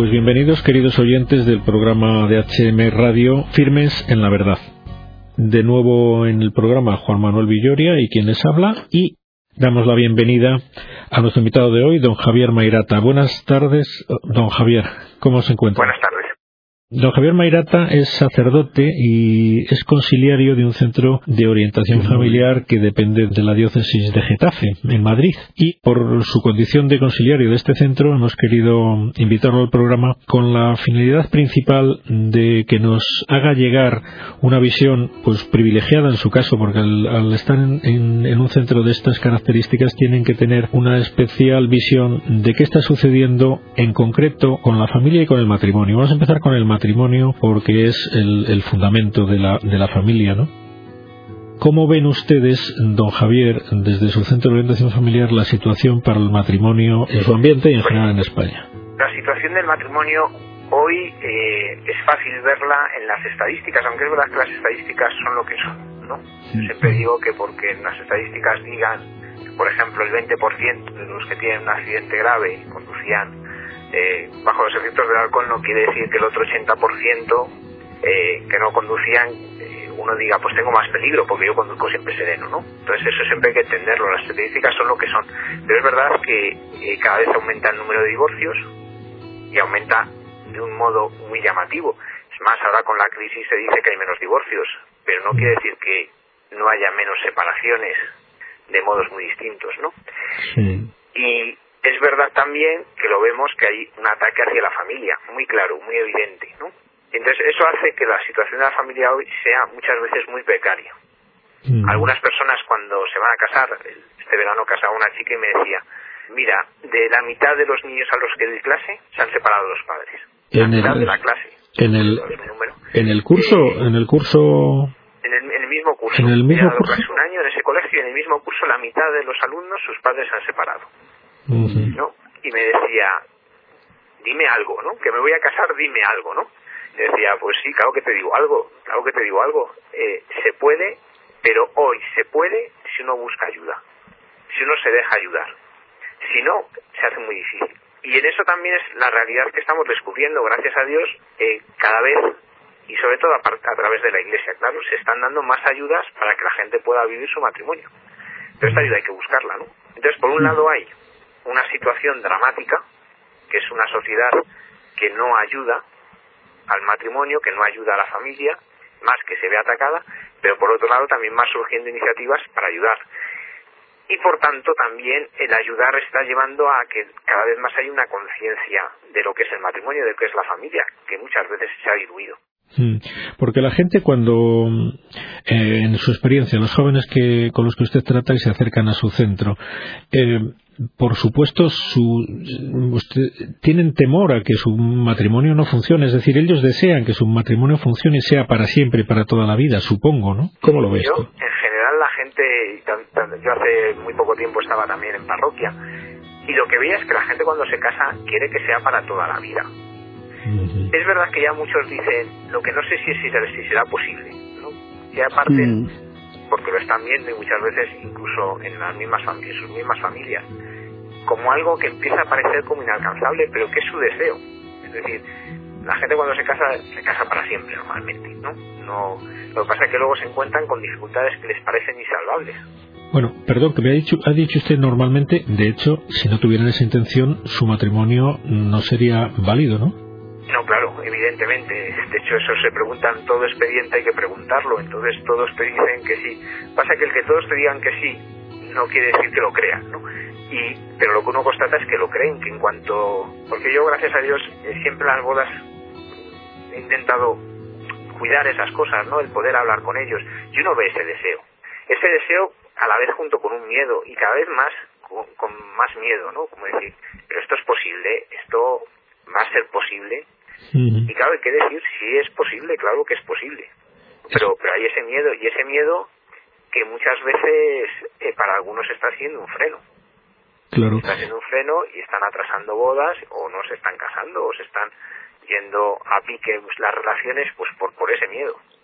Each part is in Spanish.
Pues bienvenidos, queridos oyentes del programa de HM Radio, Firmes en la Verdad. De nuevo en el programa Juan Manuel Villoria y quien les habla, y damos la bienvenida a nuestro invitado de hoy, don Javier Mairata. Buenas tardes, don Javier. ¿Cómo se encuentra? Buenas tardes. Don Javier Mairata es sacerdote y es conciliario de un centro de orientación familiar que depende de la diócesis de Getafe, en Madrid. Y por su condición de conciliario de este centro hemos querido invitarlo al programa con la finalidad principal de que nos haga llegar una visión pues privilegiada en su caso, porque al estar en un centro de estas características tienen que tener una especial visión de qué está sucediendo en concreto con la familia y con el matrimonio. Vamos a empezar con el matrimonio porque es el fundamento de la familia, ¿no? ¿Cómo ven ustedes, don Javier, desde su centro de orientación familiar, la situación para el matrimonio en su ambiente y en general en España? La situación del matrimonio hoy es fácil verla en las estadísticas, aunque es verdad que las estadísticas son lo que son, ¿no? Yo siempre digo que porque en las estadísticas digan, por ejemplo, el 20% de los que tienen un accidente grave conducían bajo los efectos del alcohol, no quiere decir que el otro 80% que no conducían uno diga pues tengo más peligro porque yo conduzco siempre sereno, ¿no? Entonces eso siempre hay que entenderlo, las estadísticas son lo que son, pero es verdad que cada vez aumenta el número de divorcios y aumenta de un modo muy llamativo. Es más, ahora con la crisis se dice que hay menos divorcios, pero no quiere decir que no haya menos separaciones de modos muy distintos, ¿no? Sí. Y es verdad también que lo vemos que hay un ataque hacia la familia, muy claro, muy evidente, ¿no? Entonces eso hace que la situación de la familia hoy sea muchas veces muy precaria. Algunas personas cuando se van a casar, este verano casaba una chica y me decía, mira, de la mitad de los niños a los que doy clase se han separado los padres. La mitad de la clase. En el curso, en el mismo curso. En el mismo curso. Hace un año en ese colegio y en el mismo curso la mitad de los alumnos sus padres se han separado. ¿No? Y me decía, dime algo, ¿no? Que me voy a casar, dime algo, ¿no? Y decía, pues sí, claro que te digo algo. Se puede, pero hoy se puede si uno busca ayuda, si uno se deja ayudar. Si no, se hace muy difícil. Y en eso también es la realidad que estamos descubriendo, gracias a Dios, cada vez, y sobre todo a través de la Iglesia, claro, se están dando más ayudas para que la gente pueda vivir su matrimonio. Pero esta ayuda hay que buscarla, ¿no? Entonces, por un lado hay una situación dramática, que es una sociedad que no ayuda al matrimonio, que no ayuda a la familia, más que se ve atacada, pero por otro lado también van surgiendo iniciativas para ayudar. Y por tanto también el ayudar está llevando a que cada vez más hay una conciencia de lo que es el matrimonio, de lo que es la familia, que muchas veces se ha diluido. Porque la gente cuando, en su experiencia, los jóvenes con los que usted trata y se acercan a su centro, por supuesto tienen temor a que su matrimonio no funcione, es decir, ellos desean que su matrimonio funcione y sea para siempre y para toda la vida, supongo, ¿no? ¿Cómo lo ves tú? En general la gente, yo hace muy poco tiempo estaba también en parroquia, y lo que veía es que la gente cuando se casa quiere que sea para toda la vida. Es verdad que ya muchos dicen, lo que no sé si será posible, ¿no? Y aparte, porque lo están viendo y muchas veces incluso en sus mismas familias, como algo que empieza a parecer como inalcanzable, pero que es su deseo. Es decir, la gente cuando se casa para siempre normalmente, ¿no? Lo que pasa es que luego se encuentran con dificultades que les parecen insalvables. Bueno, perdón, que ha dicho usted normalmente, de hecho, si no tuvieran esa intención, su matrimonio no sería válido, ¿no? No, claro, evidentemente. De hecho, eso se preguntan, todo expediente hay que preguntarlo, entonces todos te dicen que sí. Pasa que el que todos te digan que sí no quiere decir que lo crean, ¿no? Pero lo que uno constata es que lo creen, que en cuanto... Porque yo, gracias a Dios, siempre en las bodas he intentado cuidar esas cosas, ¿no? El poder hablar con ellos. Y uno ve ese deseo a la vez junto con un miedo, y cada vez más con más miedo, ¿no? Como decir, pero esto es posible, esto va a ser posible. Y claro, hay que decir, si es posible, claro que es posible. Pero hay ese miedo, y ese miedo que muchas veces para algunos está siendo un freno. Claro. Está siendo un freno y están atrasando bodas, o no se están casando, o se están yendo a pique las relaciones, pues por ese miedo.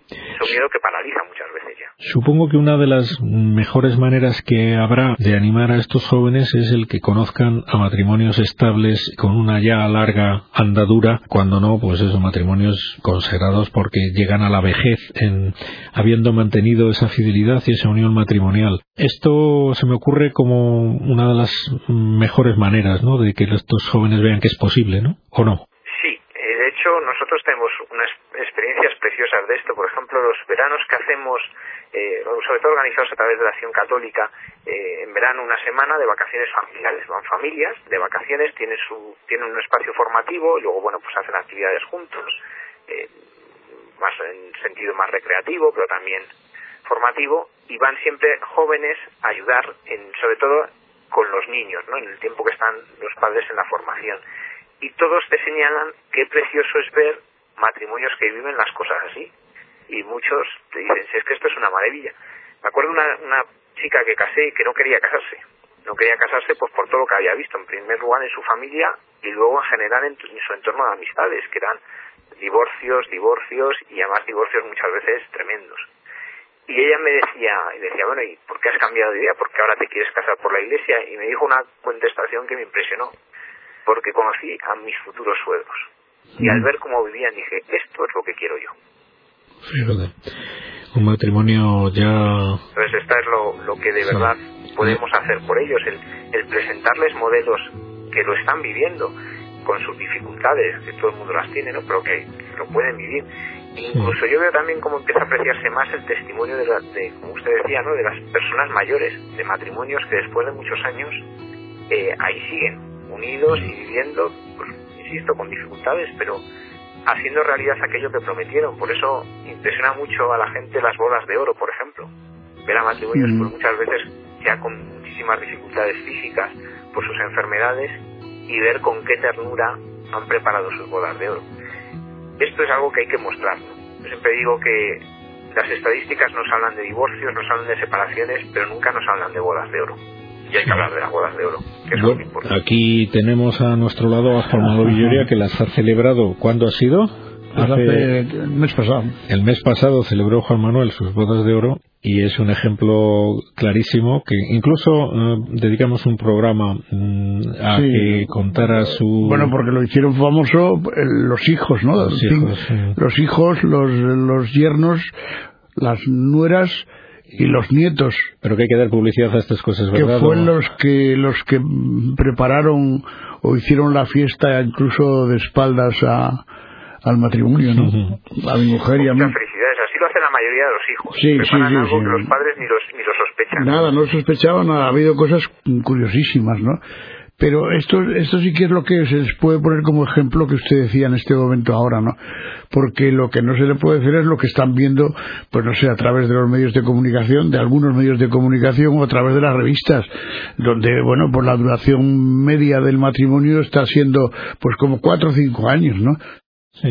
Es un miedo que paraliza muchas veces ya. Supongo que una de las mejores maneras que habrá de animar a estos jóvenes es el que conozcan a matrimonios estables con una ya larga andadura, cuando no, pues esos matrimonios consagrados porque llegan a la vejez habiendo mantenido esa fidelidad y esa unión matrimonial. Esto se me ocurre como una de las mejores maneras, ¿no?, de que estos jóvenes vean que es posible, ¿no? ¿O no? Sí, de hecho nosotros tenemos unas experiencias preciosas de esto. Por ejemplo, los veranos que hacemos, sobre todo organizados a través de la Acción Católica, en verano una semana de vacaciones familiares. Van familias de vacaciones, tienen un espacio formativo y luego, bueno, pues hacen actividades juntos, más en sentido más recreativo, pero también formativo, y van siempre jóvenes a ayudar, sobre todo con los niños, ¿no?, en el tiempo que están los padres en la formación. Y todos te señalan qué precioso es ver matrimonios que viven las cosas así. Y muchos te dicen, si es que esto es una maravilla. Me acuerdo una chica que casé y que no quería casarse. No quería casarse pues por todo lo que había visto, en primer lugar en su familia y luego en general en su entorno de amistades, que eran divorcios y además divorcios muchas veces tremendos. Y ella me decía, bueno, ¿y por qué has cambiado de idea? ¿Por qué ahora te quieres casar por la iglesia? Y me dijo una contestación que me impresionó. Porque conocí a mis futuros suegros. Y al ver cómo vivían dije, esto es lo que quiero yo. Fíjate, un matrimonio ya... Entonces esta es lo que de verdad podemos hacer por ellos, el presentarles modelos que lo están viviendo con sus dificultades, que todo el mundo las tiene, ¿no?, pero que lo pueden vivir. Incluso yo veo también cómo empieza a apreciarse más el testimonio de como usted decía, ¿no?, de las personas mayores, de matrimonios que después de muchos años ahí siguen unidos y viviendo, pues insisto, con dificultades, pero haciendo realidad aquello que prometieron. Por eso impresiona mucho a la gente las bodas de oro, por ejemplo. Ver a matrimonios pues muchas veces ya con muchísimas dificultades físicas por sus enfermedades y ver con qué ternura han preparado sus bodas de oro. Esto es algo que hay que mostrar, ¿no? Yo siempre digo que las estadísticas nos hablan de divorcios, nos hablan de separaciones, pero nunca nos hablan de bodas de oro. Y hay que hablar de las bodas de oro, que es muy importante. Aquí tenemos a nuestro lado a Juan Manuel Villoria, que las ha celebrado. ¿Cuándo ha sido? El mes pasado. El mes pasado celebró Juan Manuel sus bodas de oro y es un ejemplo clarísimo que incluso dedicamos un programa a que contara su... Bueno, porque lo hicieron famoso los hijos, ¿no? Los hijos, los yernos, las nueras y los nietos. Pero que hay que dar publicidad a estas cosas, ¿verdad? Que fueron los que prepararon o hicieron la fiesta incluso de espaldas al matrimonio, ¿no? A mi mujer y a mí. Muchas felicidades, así lo hacen la mayoría de los hijos. Preparan algo que los padres ni lo sospechan. Nada, no sospechaban nada. Ha habido cosas curiosísimas, ¿no? Pero esto sí que es lo que se les puede poner como ejemplo que usted decía en este momento ahora, ¿no? Porque lo que no se le puede decir es lo que están viendo, pues no sé, a través de los medios de comunicación, de algunos medios de comunicación o a través de las revistas, donde, bueno, pues la duración media del matrimonio está siendo, pues como 4 o 5 años, ¿no? Sí.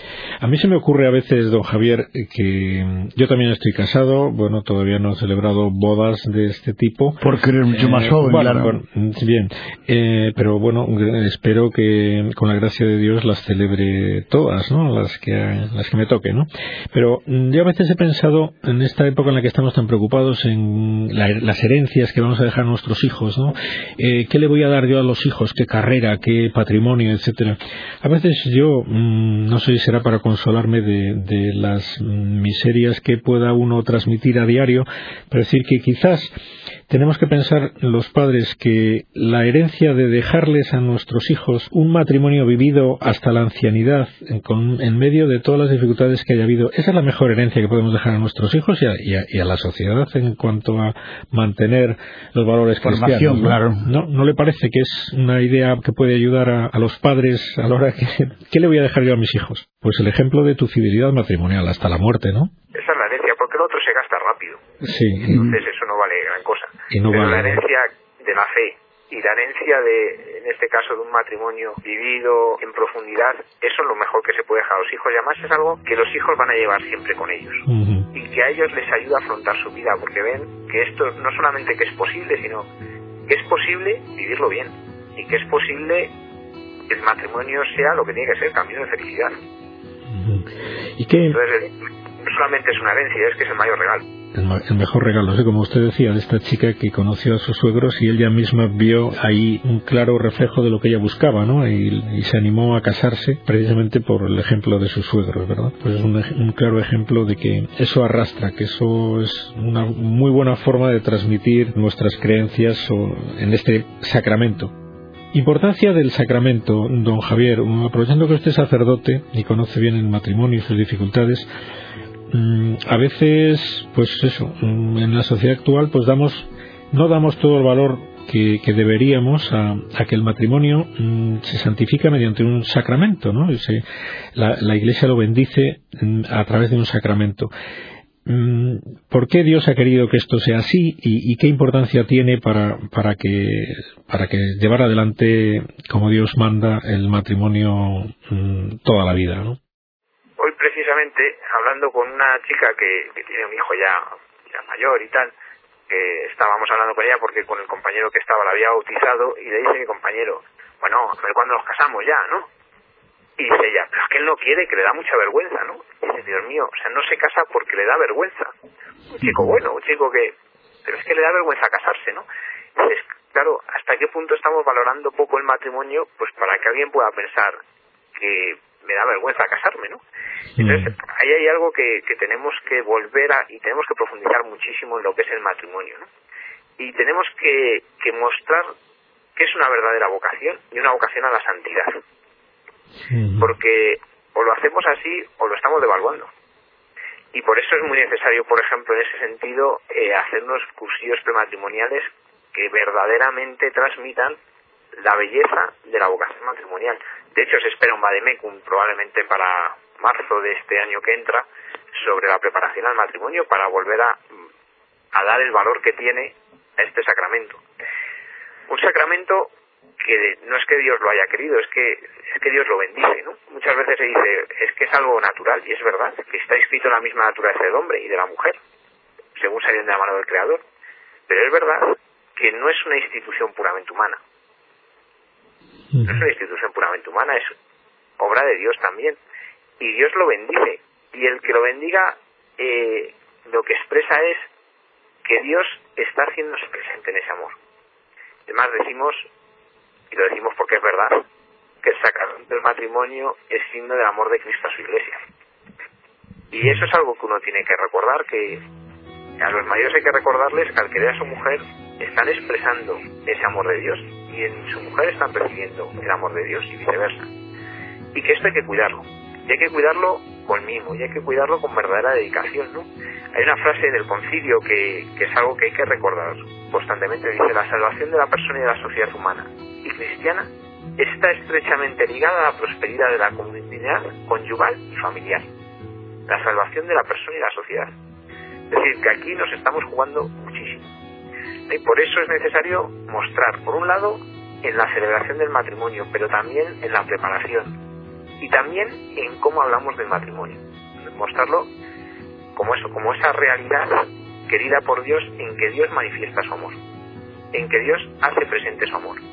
A mí se me ocurre a veces, don Javier, que yo también estoy casado, bueno, todavía no he celebrado bodas de este tipo. Porque eres mucho más joven, claro. Bien, pero bueno, espero que con la gracia de Dios las celebre todas, ¿no? Las que me toque, ¿no? Pero yo a veces he pensado, en esta época en la que estamos tan preocupados en las herencias que vamos a dejar a nuestros hijos, ¿no? ¿Qué le voy a dar yo a los hijos? ¿Qué carrera? ¿Qué patrimonio? Etcétera. A veces yo... no sé si será para consolarme de las miserias que pueda uno transmitir a diario, pero decir que quizás tenemos que pensar los padres que la herencia de dejarles a nuestros hijos un matrimonio vivido hasta la ancianidad, en medio de todas las dificultades que haya habido, esa es la mejor herencia que podemos dejar a nuestros hijos y a la sociedad en cuanto a mantener los valores cristianos, ¿no? Claro. ¿No le parece que es una idea que puede ayudar a los padres a la hora que ¿qué le voy a dejar yo a mis hijos? Pues el ejemplo de tu fidelidad matrimonial hasta la muerte, ¿no? Esa es la herencia, porque el otro se gasta rápido. Sí. Entonces eso no vale gran cosa. Pero la herencia de la fe y la herencia en este caso, de un matrimonio vivido en profundidad, eso es lo mejor que se puede dejar a los hijos. Y además es algo que los hijos van a llevar siempre con ellos. Y que a ellos les ayuda a afrontar su vida, porque ven que esto no solamente que es posible, sino que es posible vivirlo bien. Y que es posible que el matrimonio sea lo que tiene que ser, camino de felicidad. ¿Y qué? Entonces, no solamente es una herencia, es que es el mayor regalo. El mejor regalo, como usted decía, de esta chica que conoció a sus suegros y ella misma vio ahí un claro reflejo de lo que ella buscaba, ¿no? Y se animó a casarse precisamente por el ejemplo de sus suegros, ¿verdad? Pues es un claro ejemplo de que eso arrastra, que eso es una muy buena forma de transmitir nuestras creencias en este sacramento. Importancia del sacramento, don Javier. Aprovechando que usted es sacerdote y conoce bien el matrimonio y sus dificultades, a veces, pues eso, en la sociedad actual, pues no damos todo el valor que deberíamos a que el matrimonio se santifica mediante un sacramento, ¿no? La Iglesia lo bendice a través de un sacramento. ¿Por qué Dios ha querido que esto sea así y qué importancia tiene para que llevar adelante como Dios manda el matrimonio toda la vida, ¿no? Hoy precisamente, hablando con una chica que tiene un hijo ya mayor y tal, estábamos hablando con ella porque con el compañero que estaba la había bautizado y le dice mi compañero, bueno, a ver cuándo nos casamos ya, ¿no? Y dice ella, pero es que él no quiere, que le da mucha vergüenza, ¿no? Y dice, Dios mío, o sea, no se casa porque le da vergüenza. Un chico bueno, un chico pero es que le da vergüenza casarse, ¿no? Y dices, claro, ¿hasta qué punto estamos valorando poco el matrimonio? Pues para que alguien pueda pensar que me da vergüenza casarme, ¿no? Entonces, ahí hay algo que tenemos que volver y tenemos que profundizar muchísimo en lo que es el matrimonio, ¿no? Y tenemos que mostrar que es una verdadera vocación y una vocación a la santidad. Porque o lo hacemos así o lo estamos devaluando. Y por eso es muy necesario, por ejemplo, en ese sentido, hacer unos cursillos prematrimoniales que verdaderamente transmitan la belleza de la vocación matrimonial. De hecho, se espera un vademecum probablemente para marzo de este año que entra sobre la preparación al matrimonio para volver a dar el valor que tiene a este sacramento. Un sacramento que no es que Dios lo haya querido, es que Dios lo bendice, ¿no? Muchas veces se dice, es que es algo natural, y es verdad, que está escrito en la misma naturaleza del hombre y de la mujer, según salen de la mano del Creador. Pero es verdad que no es una institución puramente humana. No es una institución puramente humana, es obra de Dios también. Y Dios lo bendice. Y el que lo bendiga, lo que expresa es que Dios está haciéndose presente en ese amor. Además decimos, y lo decimos porque es verdad, que el sacramento del matrimonio es signo del amor de Cristo a su Iglesia. Y eso es algo que uno tiene que recordar, que a los mayores hay que recordarles que al querer a su mujer están expresando ese amor de Dios y en su mujer están percibiendo el amor de Dios y viceversa. Y que esto hay que cuidarlo. Y hay que cuidarlo con mimo, y hay que cuidarlo con verdadera dedicación, ¿no? Hay una frase del concilio que es algo que hay que recordar constantemente. Dice, la salvación de la persona y de la sociedad humana y cristiana está estrechamente ligada a la prosperidad de la comunidad conyugal y familiar. La salvación de la persona y la sociedad. Es decir, que aquí nos estamos jugando muchísimo. Y por eso es necesario mostrar, por un lado, en la celebración del matrimonio, pero también en la preparación. Y también en cómo hablamos del matrimonio. Mostrarlo como eso, como esa realidad querida por Dios, en que Dios manifiesta su amor. En que Dios hace presente su amor.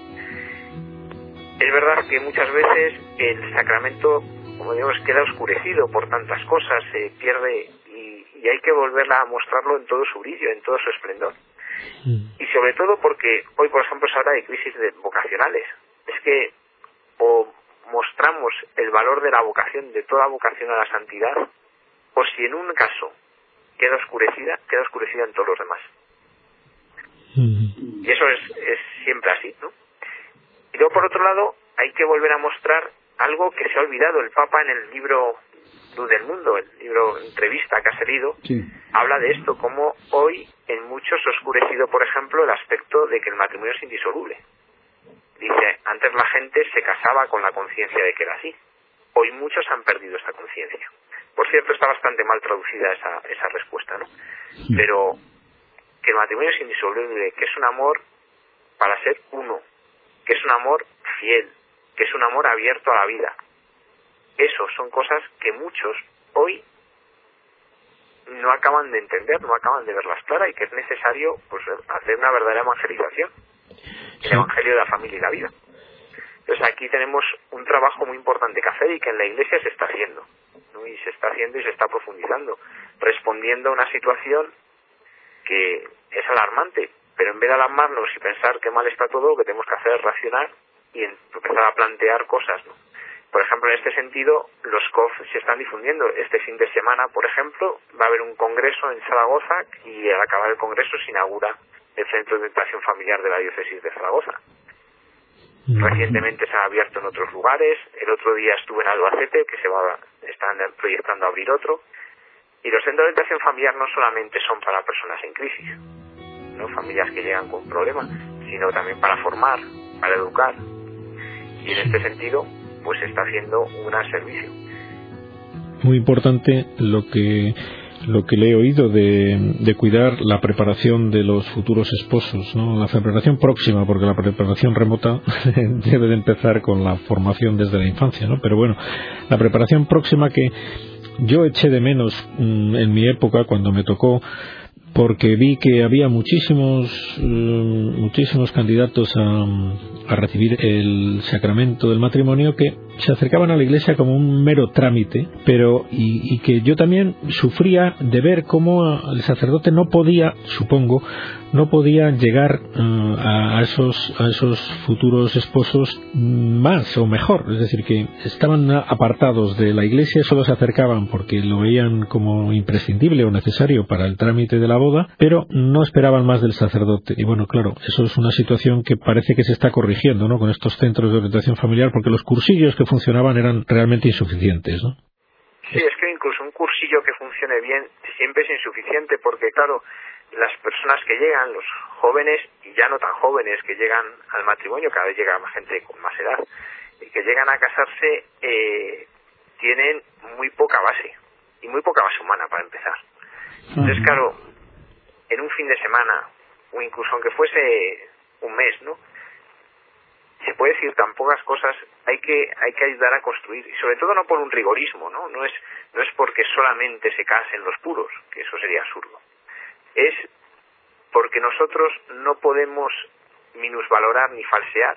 Es verdad que muchas veces el sacramento, como digo, queda oscurecido por tantas cosas, se pierde y hay que volverla a mostrarlo en todo su brillo, en todo su esplendor. Y sobre todo porque hoy, por ejemplo, se habla de crisis vocacionales. Es que o mostramos el valor de la vocación, de toda vocación a la santidad, o si en un caso queda oscurecida en todos los demás. Y eso es siempre así, ¿no? Y luego, por otro lado, hay que volver a mostrar algo que se ha olvidado. El Papa, en el libro Luz del Mundo, el libro entrevista que ha salido, habla de esto, como hoy en muchos ha oscurecido, por ejemplo, el aspecto de que el matrimonio es indisoluble. Dice, antes la gente se casaba con la conciencia de que era así. Hoy muchos han perdido esta conciencia. Por cierto, está bastante mal traducida esa respuesta, ¿no? Pero que el matrimonio es indisoluble, que es un amor para ser uno, que es un amor fiel, que es un amor abierto a la vida. Eso son cosas que muchos hoy no acaban de entender, no acaban de verlas claras y que es necesario pues hacer una verdadera evangelización. El evangelio de la familia y la vida. Entonces aquí tenemos un trabajo muy importante que hacer y que en la Iglesia se está haciendo, ¿no? Y se está haciendo y se está profundizando. respondiendo a una situación que es alarmante, pero en vez de alarmarnos y pensar que mal está todo, lo que tenemos que hacer es racionar y empezar a plantear cosas, ¿no? Por ejemplo, en este sentido, los COF se están difundiendo. Este fin de semana, por ejemplo, va a haber un congreso en Zaragoza y al acabar el congreso se inaugura el Centro de Orientación Familiar de la Diócesis de Zaragoza. Recientemente se ha abierto en otros lugares. El otro día estuve en Albacete, que están proyectando abrir otro. Y los centros de orientación familiar no solamente son para personas en crisis, no familias que llegan con problemas, sino también para formar, para educar. Y en este sentido, pues se está haciendo un gran servicio. Muy importante lo que le he oído de cuidar la preparación de los futuros esposos, ¿no? La preparación próxima, porque la preparación remota debe de empezar con la formación desde la infancia, ¿no? Pero bueno, la preparación próxima que yo eché de menos en mi época cuando me tocó, porque vi que había muchísimos candidatos a recibir el sacramento del matrimonio que se acercaban a la iglesia como un mero trámite, pero y que yo también sufría de ver cómo el sacerdote no podía llegar a esos futuros esposos más o mejor, es decir, que estaban apartados de la iglesia, solo se acercaban porque lo veían como imprescindible o necesario para el trámite de la boda, pero no esperaban más del sacerdote. Y bueno, claro, eso es una situación que parece que se está corrigiendo, ¿no?, con estos centros de orientación familiar, porque los cursillos que funcionaban eran realmente insuficientes, ¿no? Sí, es que incluso un cursillo que funcione bien siempre es insuficiente, porque claro, las personas que llegan, los jóvenes y ya no tan jóvenes que llegan al matrimonio, cada vez llega más gente con más edad, y que llegan a casarse, tienen muy poca base, y muy poca base humana para empezar. Entonces, claro, en un fin de semana, o incluso aunque fuese un mes, ¿no?, se puede decir tan pocas cosas, hay que ayudar a construir, y sobre todo no por un rigorismo, no es porque solamente se casen los puros, que eso sería absurdo. Es porque nosotros no podemos minusvalorar ni falsear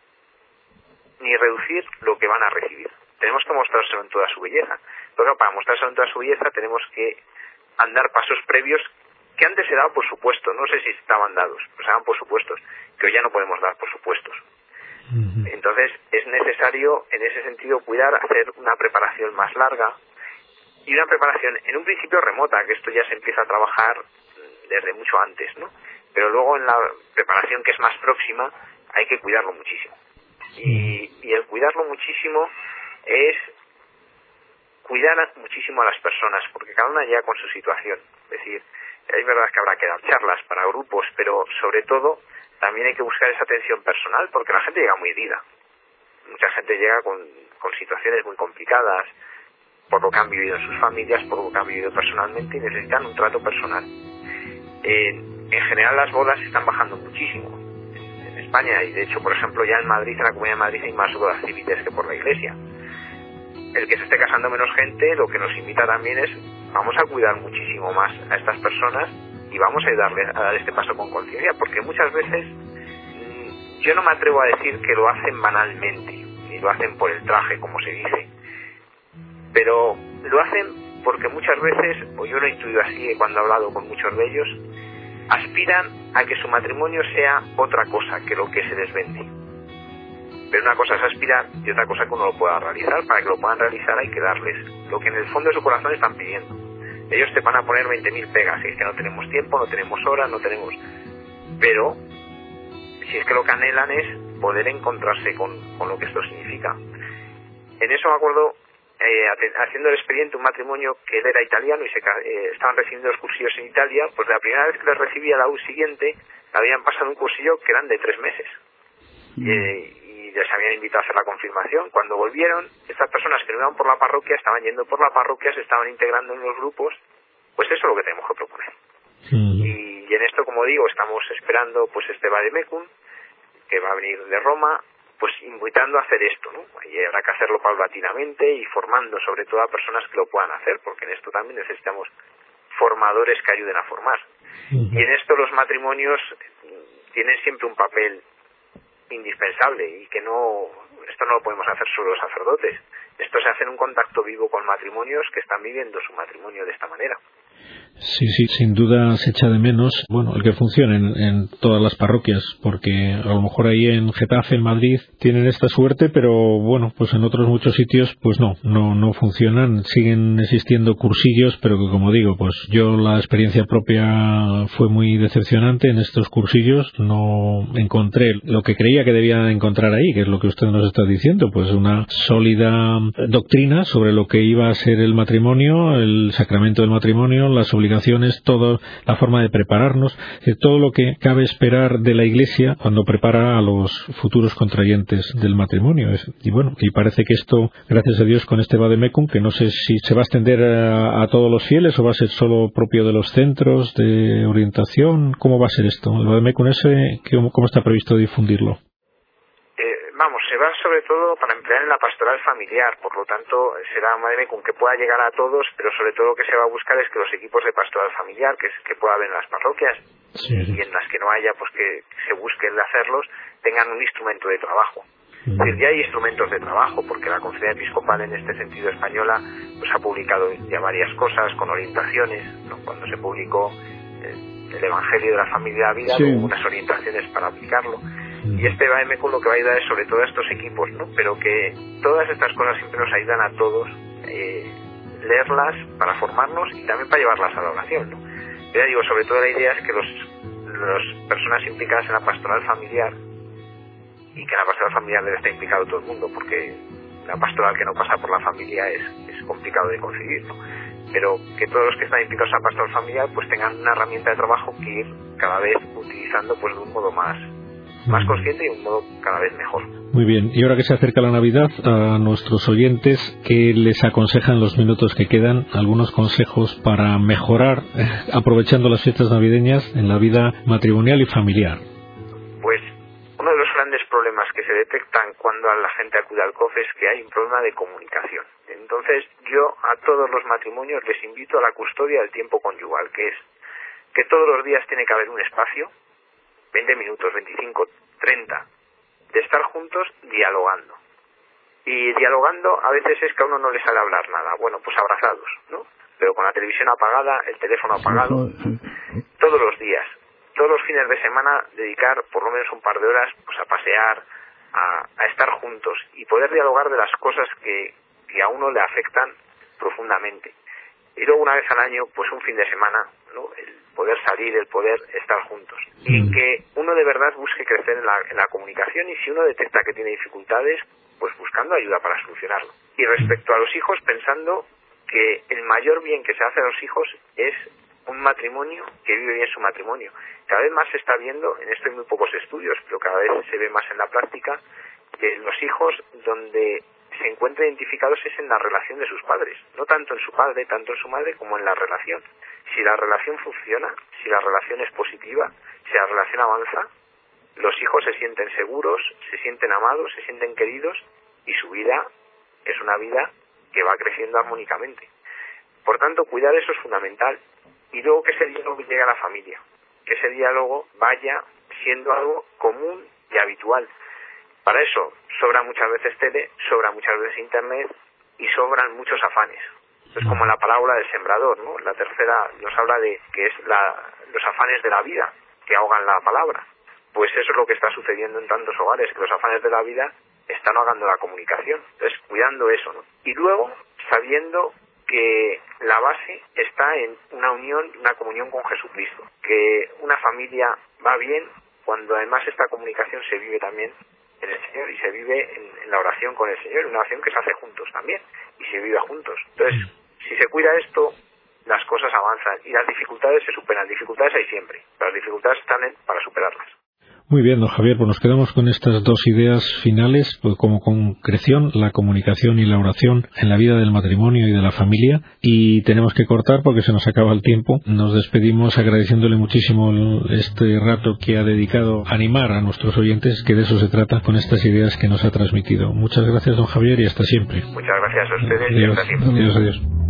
ni reducir lo que van a recibir. Tenemos que mostrárselo en toda su belleza. Pero para mostrárselo en toda su belleza tenemos que andar pasos previos que antes se daban por supuesto, no sé si estaban dados, pero se daban por supuestos, que hoy ya no podemos dar por supuestos. Entonces es necesario en ese sentido cuidar, hacer una preparación más larga y una preparación en un principio remota, que esto ya se empieza a trabajar desde mucho antes, ¿no? Pero luego en la preparación que es más próxima hay que cuidarlo muchísimo. Y el cuidarlo muchísimo es cuidar muchísimo a las personas, porque cada una llega con su situación. Es decir, es verdad que habrá que dar charlas para grupos, pero sobre todo también hay que buscar esa atención personal, porque la gente llega muy herida. Mucha gente llega con situaciones muy complicadas, por lo que han vivido en sus familias, por lo que han vivido personalmente, y necesitan un trato personal. En general las bodas están bajando muchísimo en España, y de hecho, por ejemplo, ya en Madrid, en la Comunidad de Madrid, hay más bodas civiles que por la Iglesia. El que se esté casando menos gente, lo que nos invita también es, vamos a cuidar muchísimo más a estas personas y vamos a ayudarles a dar este paso con conciencia, porque muchas veces yo no me atrevo a decir que lo hacen banalmente, ni lo hacen por el traje, como se dice, pero lo hacen porque muchas veces, o yo lo he intuido así cuando he hablado con muchos de ellos, aspiran a que su matrimonio sea otra cosa que lo que se les vende. Pero una cosa es aspirar y otra cosa que uno lo pueda realizar. Para que lo puedan realizar hay que darles lo que en el fondo de su corazón están pidiendo. Ellos te van a poner 20.000 pegas, si es que no tenemos tiempo, no tenemos horas, no tenemos... Pero si es que lo que anhelan es poder encontrarse con lo que esto significa. En eso me acuerdo, haciendo el expediente, un matrimonio que él era italiano y estaban recibiendo los cursillos en Italia, pues la primera vez que les recibía la U siguiente, habían pasado un cursillo que eran de 3 meses. Y les habían invitado a hacer la confirmación. Cuando volvieron, estas personas que no iban por la parroquia, estaban yendo por la parroquia, se estaban integrando en los grupos. Pues eso es lo que tenemos que proponer. Y en esto, como digo, estamos esperando pues este vademecum, que va a venir de Roma, pues invitando a hacer esto, ¿no? Y habrá que hacerlo paulatinamente y formando sobre todo a personas que lo puedan hacer, porque en esto también necesitamos formadores que ayuden a formar. Y en esto los matrimonios tienen siempre un papel indispensable, y que esto no lo podemos hacer solo los sacerdotes. Esto se hace en un contacto vivo con matrimonios que están viviendo su matrimonio de esta manera. Sí, sí, sin duda se echa de menos, bueno, el que funcione en todas las parroquias, porque a lo mejor ahí en Getafe, en Madrid, tienen esta suerte, pero bueno, pues en otros muchos sitios, pues no funcionan, siguen existiendo cursillos, pero que como digo, pues yo la experiencia propia fue muy decepcionante en estos cursillos, no encontré lo que creía que debía encontrar ahí, que es lo que usted nos está diciendo, pues una sólida doctrina sobre lo que iba a ser el matrimonio, el sacramento del matrimonio, las obligaciones, toda la forma de prepararnos, todo lo que cabe esperar de la Iglesia cuando prepara a los futuros contrayentes del matrimonio. Y bueno, y parece que esto, gracias a Dios, con este vademecum, que no sé si se va a extender a todos los fieles o va a ser solo propio de los centros de orientación. ¿Cómo va a ser esto? El vademecum ese, ¿cómo está previsto difundirlo? Se va sobre todo para emplear en la pastoral familiar, por lo tanto será un vademecum que pueda llegar a todos, pero sobre todo lo que se va a buscar es que los equipos de pastoral familiar que pueda haber en las parroquias, sí, y en las que no haya, pues que se busquen de hacerlos, tengan un instrumento de trabajo. Es decir, ya hay instrumentos de trabajo, porque la Conferencia Episcopal en este sentido española pues ha publicado ya varias cosas con orientaciones, ¿no? Cuando se publicó el Evangelio de la Familia de la Vida, con unas orientaciones para aplicarlo. Y este vademecum lo que va a ayudar es sobre todo a estos equipos, ¿no? Pero que todas estas cosas siempre nos ayudan a todos, leerlas para formarnos y también para llevarlas a la oración, ¿no? Ya digo, sobre todo la idea es que las personas implicadas en la pastoral familiar, y que en la pastoral familiar debe estar implicado todo el mundo, porque la pastoral que no pasa por la familia es complicado de conseguir, ¿no? Pero que todos los que están implicados en la pastoral familiar pues tengan una herramienta de trabajo que ir cada vez utilizando pues de un modo más consciente y un modo cada vez mejor. Muy bien, y ahora que se acerca la Navidad, a nuestros oyentes, ¿qué les aconsejan los minutos que quedan? Algunos consejos para mejorar, aprovechando las fiestas navideñas, en la vida matrimonial y familiar. Pues uno de los grandes problemas que se detectan cuando la gente acude al COF es que hay un problema de comunicación. Entonces yo a todos los matrimonios les invito a la custodia del tiempo conyugal, que es que todos los días tiene que haber un espacio, 20 minutos, 25, 30, de estar juntos dialogando. Y dialogando a veces es que a uno no le sale hablar nada. Bueno, pues abrazados, ¿no? Pero con la televisión apagada, el teléfono apagado, todos los días, todos los fines de semana, dedicar por lo menos un par de horas pues a pasear, a estar juntos y poder dialogar de las cosas que a uno le afectan profundamente. Y luego una vez al año, pues un fin de semana, ¿no? El poder salir, el poder estar juntos. Y que uno de verdad busque crecer en la comunicación, y si uno detecta que tiene dificultades, pues buscando ayuda para solucionarlo. Y respecto a los hijos, pensando que el mayor bien que se hace a los hijos es un matrimonio que vive bien su matrimonio. Cada vez más se está viendo, en esto hay muy pocos estudios, pero cada vez se ve más en la práctica, que los hijos donde se encuentran identificados es en la relación de sus padres, no tanto en su padre, tanto en su madre, como en la relación. Si la relación funciona, si la relación es positiva, si la relación avanza, los hijos se sienten seguros, se sienten amados, se sienten queridos, y su vida es una vida que va creciendo armónicamente. Por tanto, cuidar eso es fundamental. Y luego que ese diálogo llegue a la familia, que ese diálogo vaya siendo algo común y habitual. Para eso sobra muchas veces tele, sobra muchas veces internet y sobran muchos afanes. Es como la parábola del sembrador, ¿no? La tercera nos habla de que es los afanes de la vida que ahogan la palabra. Pues eso es lo que está sucediendo en tantos hogares, que los afanes de la vida están ahogando la comunicación. Entonces, cuidando eso, ¿no? Y luego, sabiendo que la base está en una unión, una comunión con Jesucristo. Que una familia va bien cuando además esta comunicación se vive también en el Señor, y se vive en la oración con el Señor, una oración que se hace juntos también, y se vive juntos. Entonces, si se cuida esto, las cosas avanzan, y las dificultades se superan. Dificultades hay siempre, pero las dificultades están para superarlas. Muy bien, don Javier, pues nos quedamos con estas dos ideas finales, pues como concreción, la comunicación y la oración en la vida del matrimonio y de la familia, y tenemos que cortar porque se nos acaba el tiempo. Nos despedimos agradeciéndole muchísimo este rato que ha dedicado a animar a nuestros oyentes, que de eso se trata, con estas ideas que nos ha transmitido. Muchas gracias, don Javier, y hasta siempre. Muchas gracias a ustedes. Adiós, y hasta siempre. Adiós.